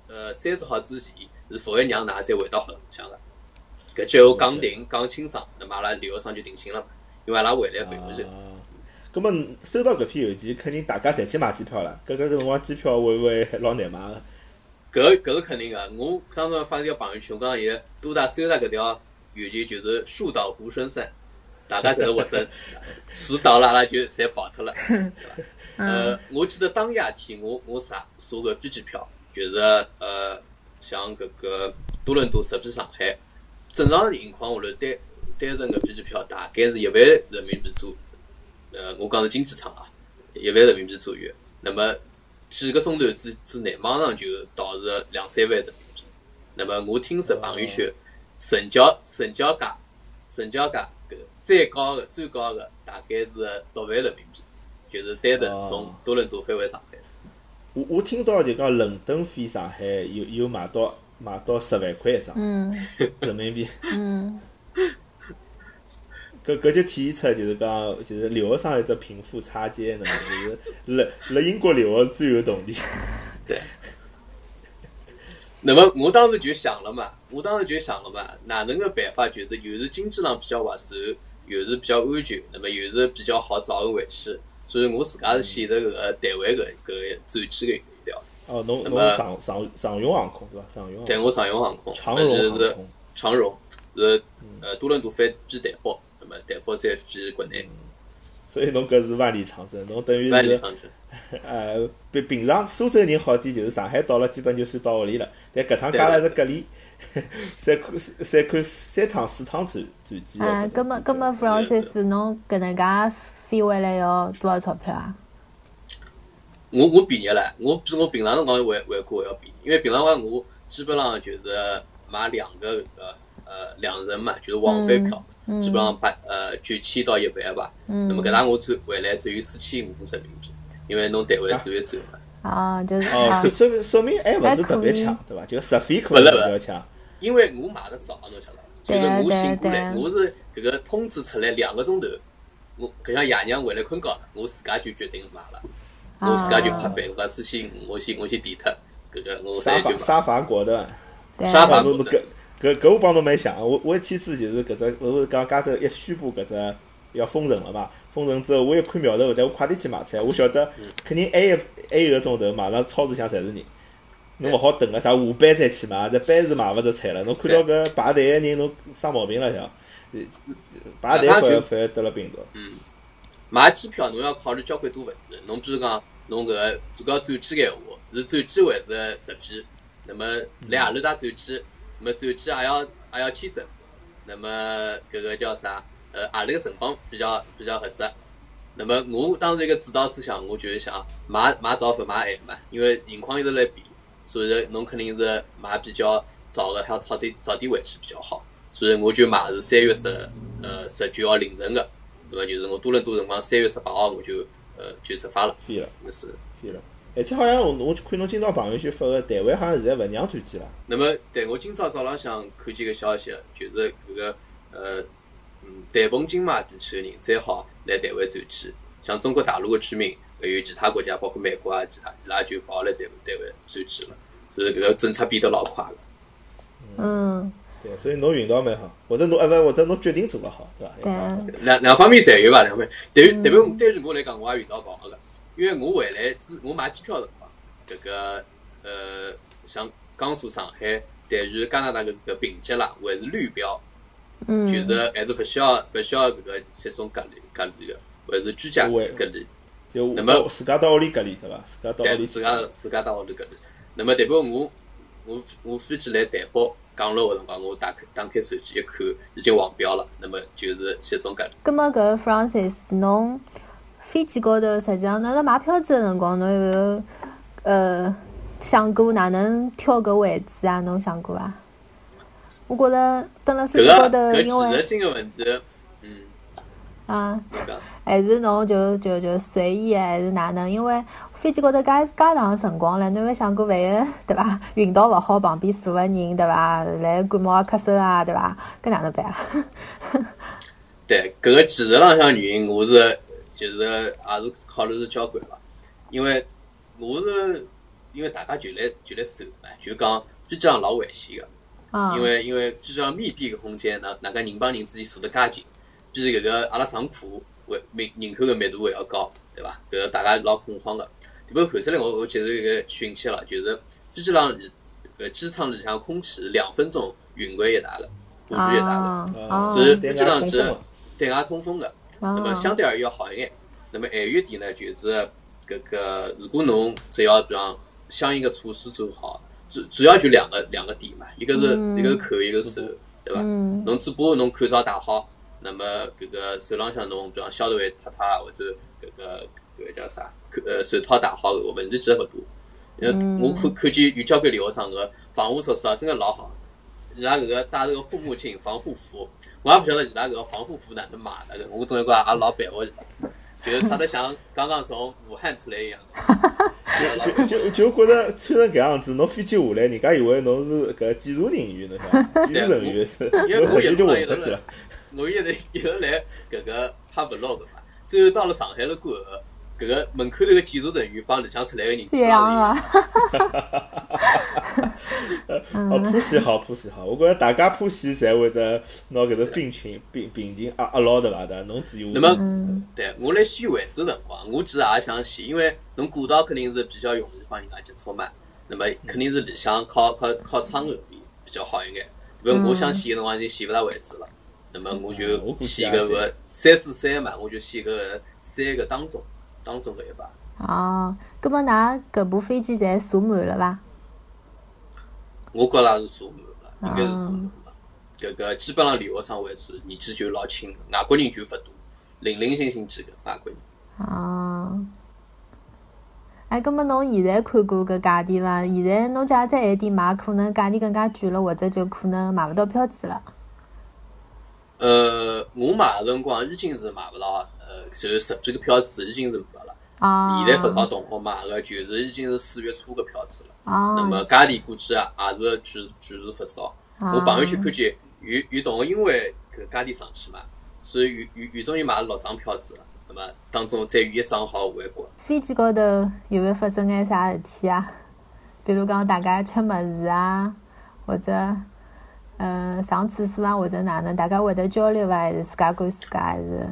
30号之前是勿会让㑚再回到学堂向个。搿句话讲清爽，那么阿拉留学生就定心了嘛，因为阿拉回来费用是。 咁么收到搿篇邮件，肯定大家侪去买机票了。搿辰光机票会勿会老难买个？ 搿是肯定个。我当时发了条朋友圈，我讲伊多大收到搿条邮件就是树倒猢狲散，大家侪是活生，树倒了阿拉就侪跑脱了，对伐？我记得当夜天我查搿飞机票，就是像搿个多伦多直飞上海，正常情况下头单程个飞机票大概是1万人民币左右。我讲是经济舱啊，1万人民币左右。那么几个钟头之内，马上就导致2-3万人民币。那么我听说朋友圈成交价最高的大概是6万人民币，就是单程从多伦多飞回上海。 我听到就讲伦敦飞上海有卖到10万块一张，人民币。搿就体现出就是讲，就是留学生一只贫富差距呢，就是辣英国留学是最有动力。 对。那么我当时就想了嘛，哪能个办法就是又是经济上比较划算，又是比较安全，那么又是比较好找个回去，所以我自家是选择搿个台湾搿转机搿一条。 侬上用航空对伐？上用。 对，我上用航空。 长荣航空。 长荣是多伦多飞台北。那么台北再飞国内， 所以侬搿是万里长征，侬等于是平常苏州人好点，就是上海到了基本就算到屋里了，但搿趟加了是隔离，再看3趟4趟转机。 搿么 Francis 侬搿能介飞回来要多少钞票啊？ 我便宜了，我平常辰光回国要便宜，因为平常辰光我基本上就是买2个2人嘛，就是往返票。基本上9000到1万吧。那么搿趟我回来只有4500人民币，因为侬单位只有走嘛。 就是说明还勿是特别强，对伐？就实费可能比较强。 因为我买的早，侬晓得，就是我醒过来，我是搿个通知出来2个钟头，我搿像爷娘回来困觉了，我自家就决定买了，我自家就拍板，我讲4500，我先抵脱搿个我杀伐果断， 杀伐果断。 搿我帮侬蛮像，我一天子就是搿只，我是讲加州一宣布搿只要封城了嘛，封城之后我一看苗头，但我快点去买菜，我晓得肯定还有个钟头，马上超市向侪是人，侬勿好等个啥下班再去买，这班是买勿着菜了，侬看到搿排队个人，侬生毛病了晓，排队反而得了病毒。 买机票侬要考虑交关多问题，侬比如讲侬搿如果转机个闲话，是转机还是实飞？那么来何里搭转机？那么转机也要签证，那么搿个叫啥？何里个辰光比较合适？那么我当时一个主导思想，我就是想买早勿买晚嘛，因为情况一直在变，所以侬肯定是买比较早个，还早点回去比较好。所以我就买是3月19号凌晨个，那么就是我多伦多辰光3月18号我就出发了。 飞了， 是飞了。而且好像我看侬今朝朋友圈发个台湾好像现在勿让转机了。 那么对，我今朝早浪向看见个消息，就是搿个台澎金马地区个人最好来台湾转机， 像中国大陆的居民，对于其他国家，包括美国啊，其他伊拉就勿好来台湾转机了，所以搿个政策变得老快个。 对，所以侬运道蛮好，或者侬决定做得好，对伐？ 对， 两方面侪有吧，两方面。对于我来讲，我也运道勿好个，因为我回来我买机票的辰光，搿个像江苏、上海，但是加拿大搿个评级啦，还是绿标，就是还是勿需要搿个接种隔离个，还是居家隔离。 那么自家到屋里隔离对伐？自家到屋里隔离。那么代表我飞机来台北降落个辰光，我打开手机一看，已经黄标了。那么就是接种隔离。 咁么搿 Francis， 侬飞机高头实际上侬辣买票子个辰光，侬有没有想过哪能挑搿位置啊？侬想过伐？我觉着蹲辣飞机高头，因为技术性个问题， 还是侬就随意还是哪能？因为飞机高头介长辰光了，侬有想过万一对伐？运道勿好，旁边坐个人对伐？来感冒咳嗽啊对伐？搿哪能办啊？ 对，搿个技术浪向原因，我是就是也是考虑是交关了，因为大家就来受嘛，就讲飞机上老危险个，因为飞机上密闭个空间，哪个人帮人之间坐得介近，比搿个阿拉上课人口个密度还要高，对伐？搿个大家老恐慌个。不过后头来我接受一个讯息了，就是飞机上机舱里向空气2分钟匀过一大个，过滤一大个，所以飞机上是对外通风个，那么相对而言要好一点。那么还有一点呢，就是搿个如果侬只要让相应的措施做好，主要就两个点嘛，一个是口，一个是手，对伐？侬嘴巴侬口罩戴好，那么搿个手浪向侬比方消毒液擦擦，或者搿个叫啥？手套戴好，问题其实勿大。我看见有交关留学生个防护措施啊，真个老好。伊拉搿个戴个护目镜、防护服，我也勿晓得伊拉搿个防护服哪能买的，我总觉着也老佩服伊拉，就是扎得像刚刚从武汉出来一样。 就觉着穿成搿样子，侬飞机下来，人家以为侬是搿技术人员，侬晓得？技术人员是，侬直接就混出去了。 我一直来搿个拍 vlog 嘛，最后到了上海了过后，搿个门口头个技术人员帮里向出来个人这样啊。 普系好，我觉着大家普系侪会得拿搿个病情压牢对伐？侬自由。 那么，对我来选位置辰光，我其实也想选，因为侬过道肯定是比较容易帮人家接触嘛。那么肯定是里向靠窗后边比较好一眼。因为我想选个辰光已经选勿到位置了，那么我就选个343嘛，我就选个3个当中搿一排。 哦，葛末㑚搿部飞机侪坐满了伐？ 我觉着是坐满了，应该是坐满了。搿个基本上留学生为主，年纪就老轻，外国人就勿多，零零星星几个外国人。 哦。葛末侬现在看过搿价钿伐？现在侬假如在海底买，可能价钿更加贵了，或者就可能买勿到票子了。 我买个辰光已经是买勿到，就实际个票子已经是没了。现在勿少同学买个就是已经是4月初个票子了。那么价钿估计也是巨是勿少。我朋友圈看见有同学因为搿价钿上去嘛，所以有种人买了6张票子了。那么当中再有1张好回国。 飞机高头有没有发生眼啥事体啊？比如讲大家吃物事啊，或者上厕所啊，或者哪能？大家会得交流伐？还是自家管自家？还是？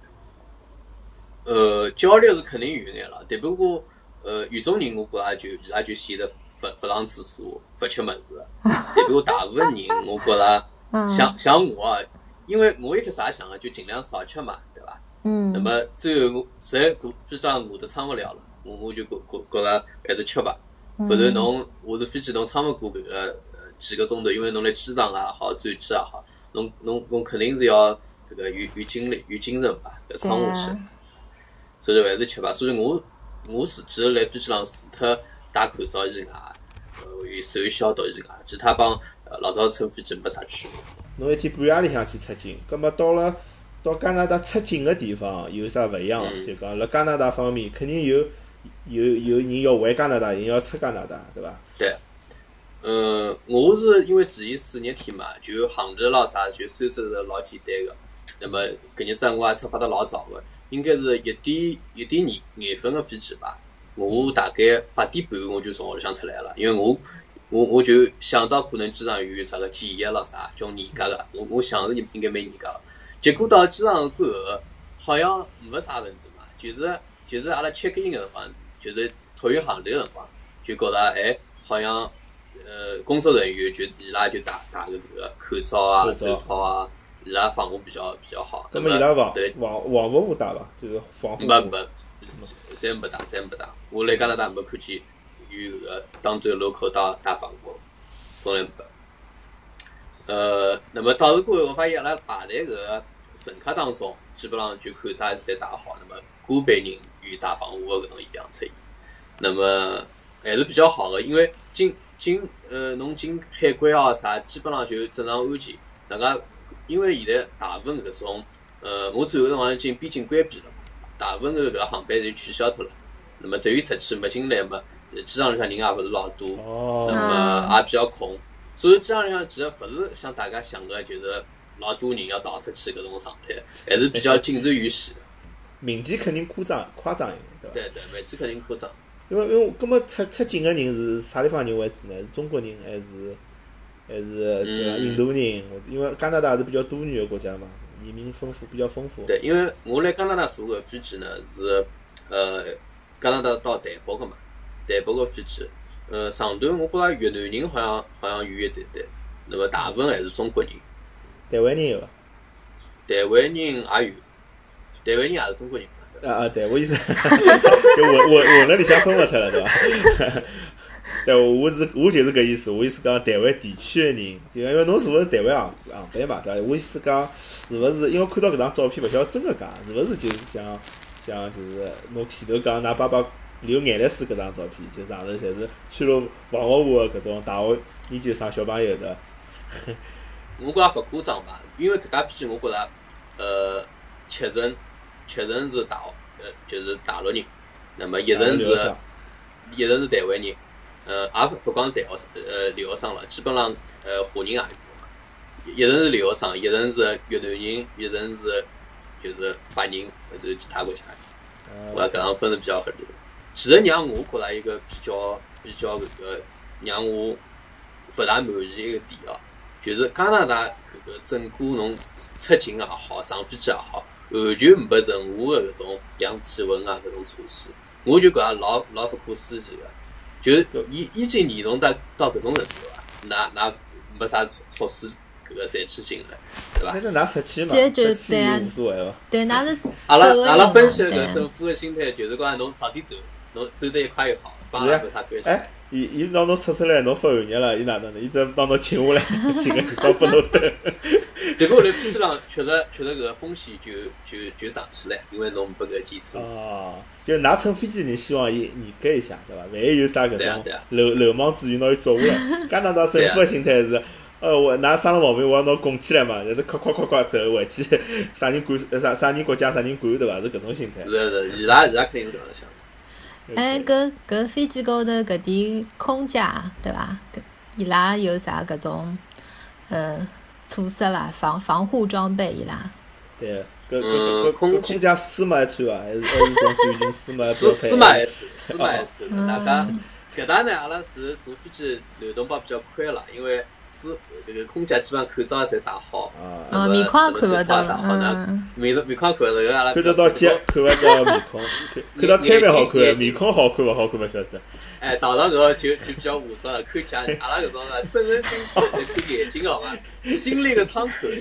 交流是肯定有眼了，但不过有种人我觉着伊拉就显得勿上厕所、勿吃物事。但不过大部分人我觉着像我啊，因为我一开始也想个就尽量少吃嘛，对伐？那么最后我实在飞机上饿得撑勿了了，我就觉着还是吃吧。否则侬下着飞机侬撑勿过搿个几个钟头，因为侬辣机场也好，转机也好，侬肯定是要搿个有精力、有精神吧，搿撑下去。所以还是吃吧。所以我自己辣飞机上除脱戴口罩以外，有手消毒以外，其他帮老早乘飞机没啥区别。 侬一天半夜里向去出境，葛末到加拿大出境个地方有啥勿一样？就讲辣加拿大方面，肯定有人要回加拿大，人要出加拿大，对伐？ 对。我是因为提前4日天嘛，就航程咾啥就收拾得老简单个。那么搿日子我也出发得老早个， 应该是1.2个飞机吧。我大概8点半我就从屋里向出来了，因为我就想到可能机场有啥个检疫了啥，叫严格个，我想是应该蛮严格个。结果到机场过后，好像没啥问题嘛，就是阿拉 check in 个辰光，就是托运行李个辰光，就觉着好像工作人员伊拉就戴个口罩啊、手套啊，伊拉防护比较好。 那么伊拉防护服戴伐？就是防护。 没，侪没戴。我来加拿大没看见有搿个当州路口戴防护，从来没。那么到时过后，我发现阿拉排队搿个乘客当中，基本上就口罩侪戴好，那么过半人有戴防护的搿种现象出现。那么还是比较好的，因为侬进海关啊啥，基本上就正常安检。大家因为现在大部分搿种我最后辰光已经边境关闭了，大部分搿个航班侪取消脱了。那么只有出去没进来嘛，机场里向人也勿是老多，那么也比较空。所以机场里向其实勿是像大家想的，就是老多人要逃出去搿种状态，还是比较井然有序的。 民间肯定夸张一点， 对吧？对，民间肯定夸张。 因为搿么出境个人是啥地方人为主呢？是中国人还是对吧？印度人？因为加拿大是比较多元个国家嘛，移民比较丰富。 对，因为我来加拿大坐个飞机呢是加拿大到台北个嘛，台北个飞机。上段我觉着越南人好像有一点，那么大部分还是中国人。 台湾人有伐？ 台湾人也有，台湾人也是中国人。 对，我意思，就我那里向分勿出来，对伐？对，我就是搿意思。我意思讲，台湾地区的人，就因为侬坐的是台湾航班嘛，对伐？我意思讲，是勿是因为看到搿张照片，勿晓得真个假，是勿是就是像就是侬前头讲，㑚爸爸留爱丽丝搿张照片，就上头侪是穿了防护服的搿种大学研究生小朋友的。 我觉着勿夸张吧，因为搿架飞机我觉着7成是就是大陆人，那么1成是台湾人，也勿光是留学生了，基本上华人也有嘛。1成是留学生，1成是越南人，1成是就是白人或者其他国家人。我搿样分是比较合理的。其实让我觉着一个比较搿个让我勿大满意一个点哦，就是加拿大搿个整个侬出境也好，上飞机也好，完全没任何的搿种量体温啊搿种措施，我就觉着老不可思议个，就是已经严重到搿种程度了，那没啥措施搿个侪去进来，对伐？ 反正㑚出去嘛， 出去也无所谓伐？ 对，㑚是阿拉分析搿政府的心态，就是讲侬早点走，侬走得一快又好，帮阿拉没啥关系。 伊让侬出来，侬发寒热了，伊哪能呢？伊只帮侬请下来，寻个地方拨侬等。 结果来飞机上确实搿个风险就上去了，因为侬没搿检测。 就㑚乘飞机的人希望伊严格一下，对伐？万一有啥搿种漏网之鱼，拿伊捉下来。加拿大政府的心态是，我㑚生了毛病，我要拿拱起来嘛，但是快走回去，啥人管啥人国家啥人管，对伐？是搿种心态。 是，伊拉肯定是搿样想。 搿飞机高头搿点空姐对伐？伊拉有啥搿种措施伐？防护装备伊拉？ 对，搿空姐丝嘛还穿伐？还是种短裙丝嘛？ 丝嘛还穿。大家搿搭呢，阿拉是坐飞机流动包比较宽了，因为搿个空姐基本上口罩侪戴好， 面孔看勿到了，面孔看勿到，阿拉看得到脚，看勿到面孔，看到摊面好看，面孔好看勿好看勿晓得。 到上搿个就比较武装了，看脚，阿拉搿种正人君子看眼睛好伐？心灵的窗口。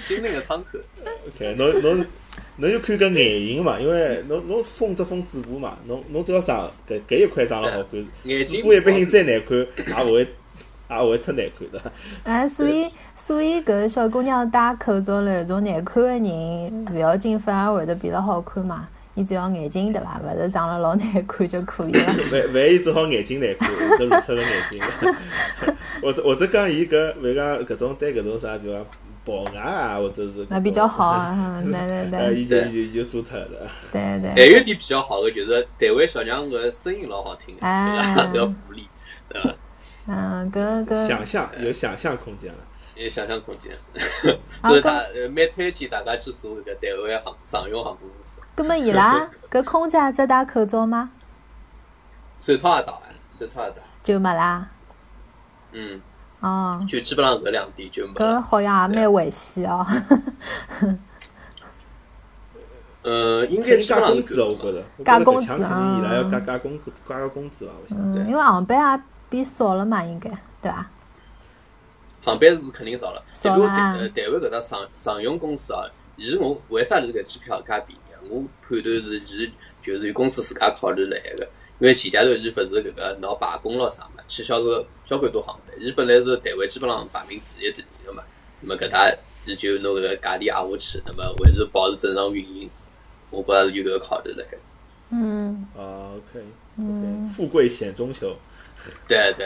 OK， 侬就看搿眼型嘛，因为侬封嘴巴嘛，侬只要长搿一块长了好看， 眼睛如果一般性再难看，也勿会忒难看的。 所以搿小姑娘戴口罩了，搿种难看的人勿要紧，反而会得变得好看嘛。伊只要眼睛对伐，勿是长了老难看就可以了。 万一正好眼睛难看，就露出了眼睛。或者讲伊搿，比如讲搿种对搿种啥，比如讲龅牙啊，或者是那比较好啊，对。 伊就做脱了。 对。 还有一点比较好的就是台湾小娘个声音老好听，这个福利，对伐？ 搿有想象空间了。 有想象空间。所以蛮推荐大家去坐搿个台湾商用航空公司。 葛末伊拉搿空姐只戴口罩吗？ 手套也戴，手套也戴。 就没啦。哦。 就基本上搿两点就没。 搿好像也蛮危险哦。 应该加工资我觉着。 加工资肯定伊拉要加工资，加个工资伐？我想。 因为航班也变少了嘛，应该对伐？ 航班是肯定少了。 少了啊。 台湾搿搭商用公司啊，我为啥搿机票介便宜啊？我判断是就是公司自家考虑来个，因为前阶段勿是搿个闹罢工咯啥嘛，取消个交关多航班。本来是台湾基本上排名第一个嘛，那么搿搭就拿搿个价钿压下去，那么还是保持正常运营。我觉着是有搿个考虑来。 OK，富贵险中求。 对。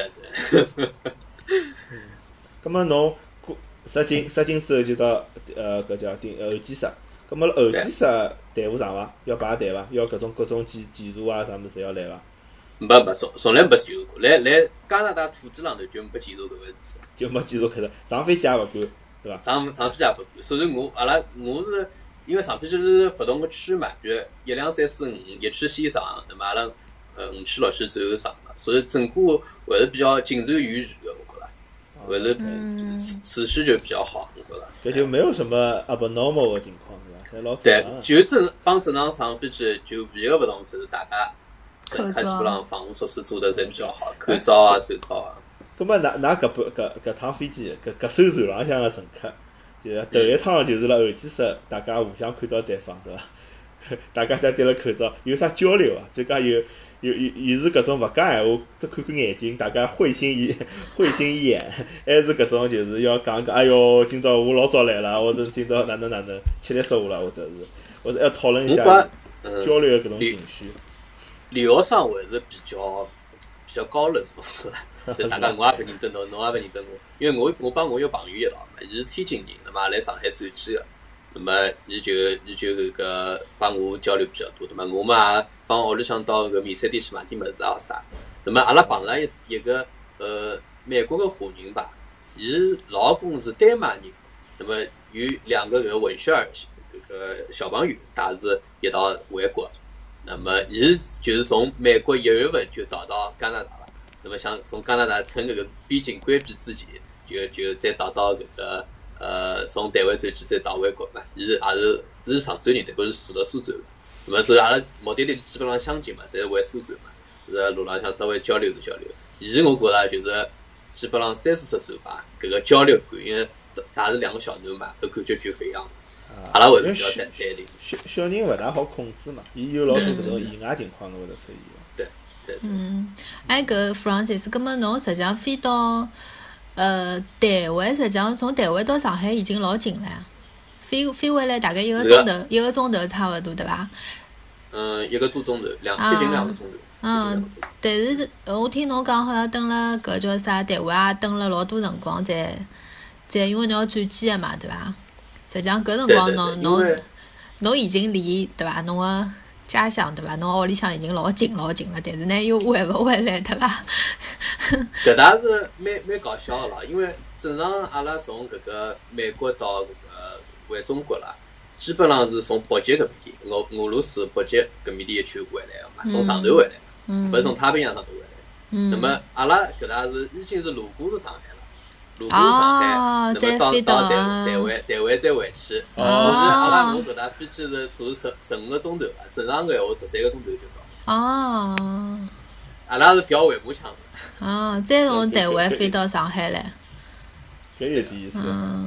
咁么侬入境之后就到搿叫候机室，咁么候机室队伍长伐？要排队伐？要各种检查啊啥物事侪要来伐？ 没，从来没检查过。来加拿大土地上头就没检查搿回事。就没检查搿个，上飞机也勿管，对伐？ 上飞机也勿管。所以我是因为上飞机是勿同个区嘛，就1、2、3、4、5，一区先上，那么阿拉5区6区最后上嘛，所以整个还是比较井然有序的，我觉着，还是秩序就比较好，我觉着。 搿就没有什么 abnormal 的情况，是伐？侪老正常。对，就帮正常上飞机就唯一个勿同就是大家乘客基本上防护措施做得侪比较好，口罩啊、手套啊。 咁么，㑚搿趟飞机搿艘船浪向个乘客，就头一趟就是辣候机室，大家互相看到对方，对伐？大家侪戴了口罩，有啥交流啊？就讲有是搿种勿讲闲话，只看看眼睛，大家会心一眼，还是搿种就是要讲哎哟，今朝我老早来了，或者今朝哪能吃力说话了，或者要讨论一下交流的搿种情绪。 留学生还是比较高冷，就大家我也勿认得侬，侬也勿认得我，因为我帮我有朋友一道嘛，伊是天津人，那么来上海转机个，那么伊就搿个帮我交流比较多，对嘛，我嘛帮屋里向到搿面山店去买点物事啊啥，那么阿拉碰上一个美国个华人吧，伊老公是丹麦人，那么有2个搿个混血儿搿个小朋友，带是一道回国。那么，伊就是从美国1月份就到加拿大了。那么，想从加拿大趁搿个边境关闭之前，就再到搿个从台湾转机再倒回国嘛。伊也是常州人，但不是住了苏州的。那么，所以阿拉目的地基本上相近嘛，侪是回苏州嘛。是路浪向稍微交流。伊我觉着就是基本上30-40岁吧，搿个交流感，因为带是2个小囡嘛，搿感觉就勿一样。阿拉会比较淡定。 小人勿大好控制嘛，伊有老多搿种意外情况会得出现。 对。 搿 Francis， 搿么侬实际上飞到台湾，实际上从台湾到上海已经老近了呀。飞回来大概1个钟头差勿多，对伐 ？1个多钟头，接近2个钟头。 但是我听侬讲，好像等了搿叫啥台湾也等了老多辰光，才因为侬要转机个嘛，对伐？实际上搿辰光侬已经离对伐？侬个家乡对伐？侬屋里向已经老近了，但是呢又回勿回来对伐？ 搿搭是蛮搞笑个啦，因为正常阿拉从搿个美国到搿个回中国啦，基本上是从北极搿面俄罗斯北极搿面一圈回来个嘛，从上头回来，勿是从太平洋上头回来。那么阿拉搿搭是已经是路过是上海。路过上海，那么到台湾再回去，所以阿拉搿搭飞机是坐15个钟头啊，正常个闲话13个钟头就到。阿拉是调回马枪。 再从台湾飞到上海来。 搿有点意思。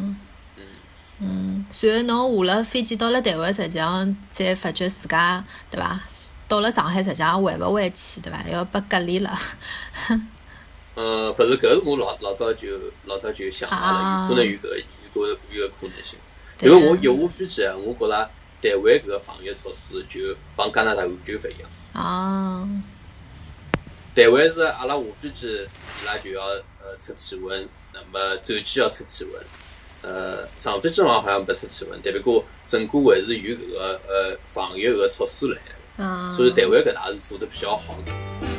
随后侬下了飞机到了台湾，实际上才发觉自家对伐？到了上海实际上回勿回去对伐？要被隔离了。 勿是，搿是我老早就想好了，可能有个可能性。因为我一下飞机啊，我觉着台湾搿个防疫措施就帮加拿大完全勿一样。台湾是阿拉下飞机，伊拉就要测体温，那么转机要测体温。上飞机上好像没测体温，但不过整个还是有搿个防疫搿个措施来，所以台湾搿搭是做得比较好的。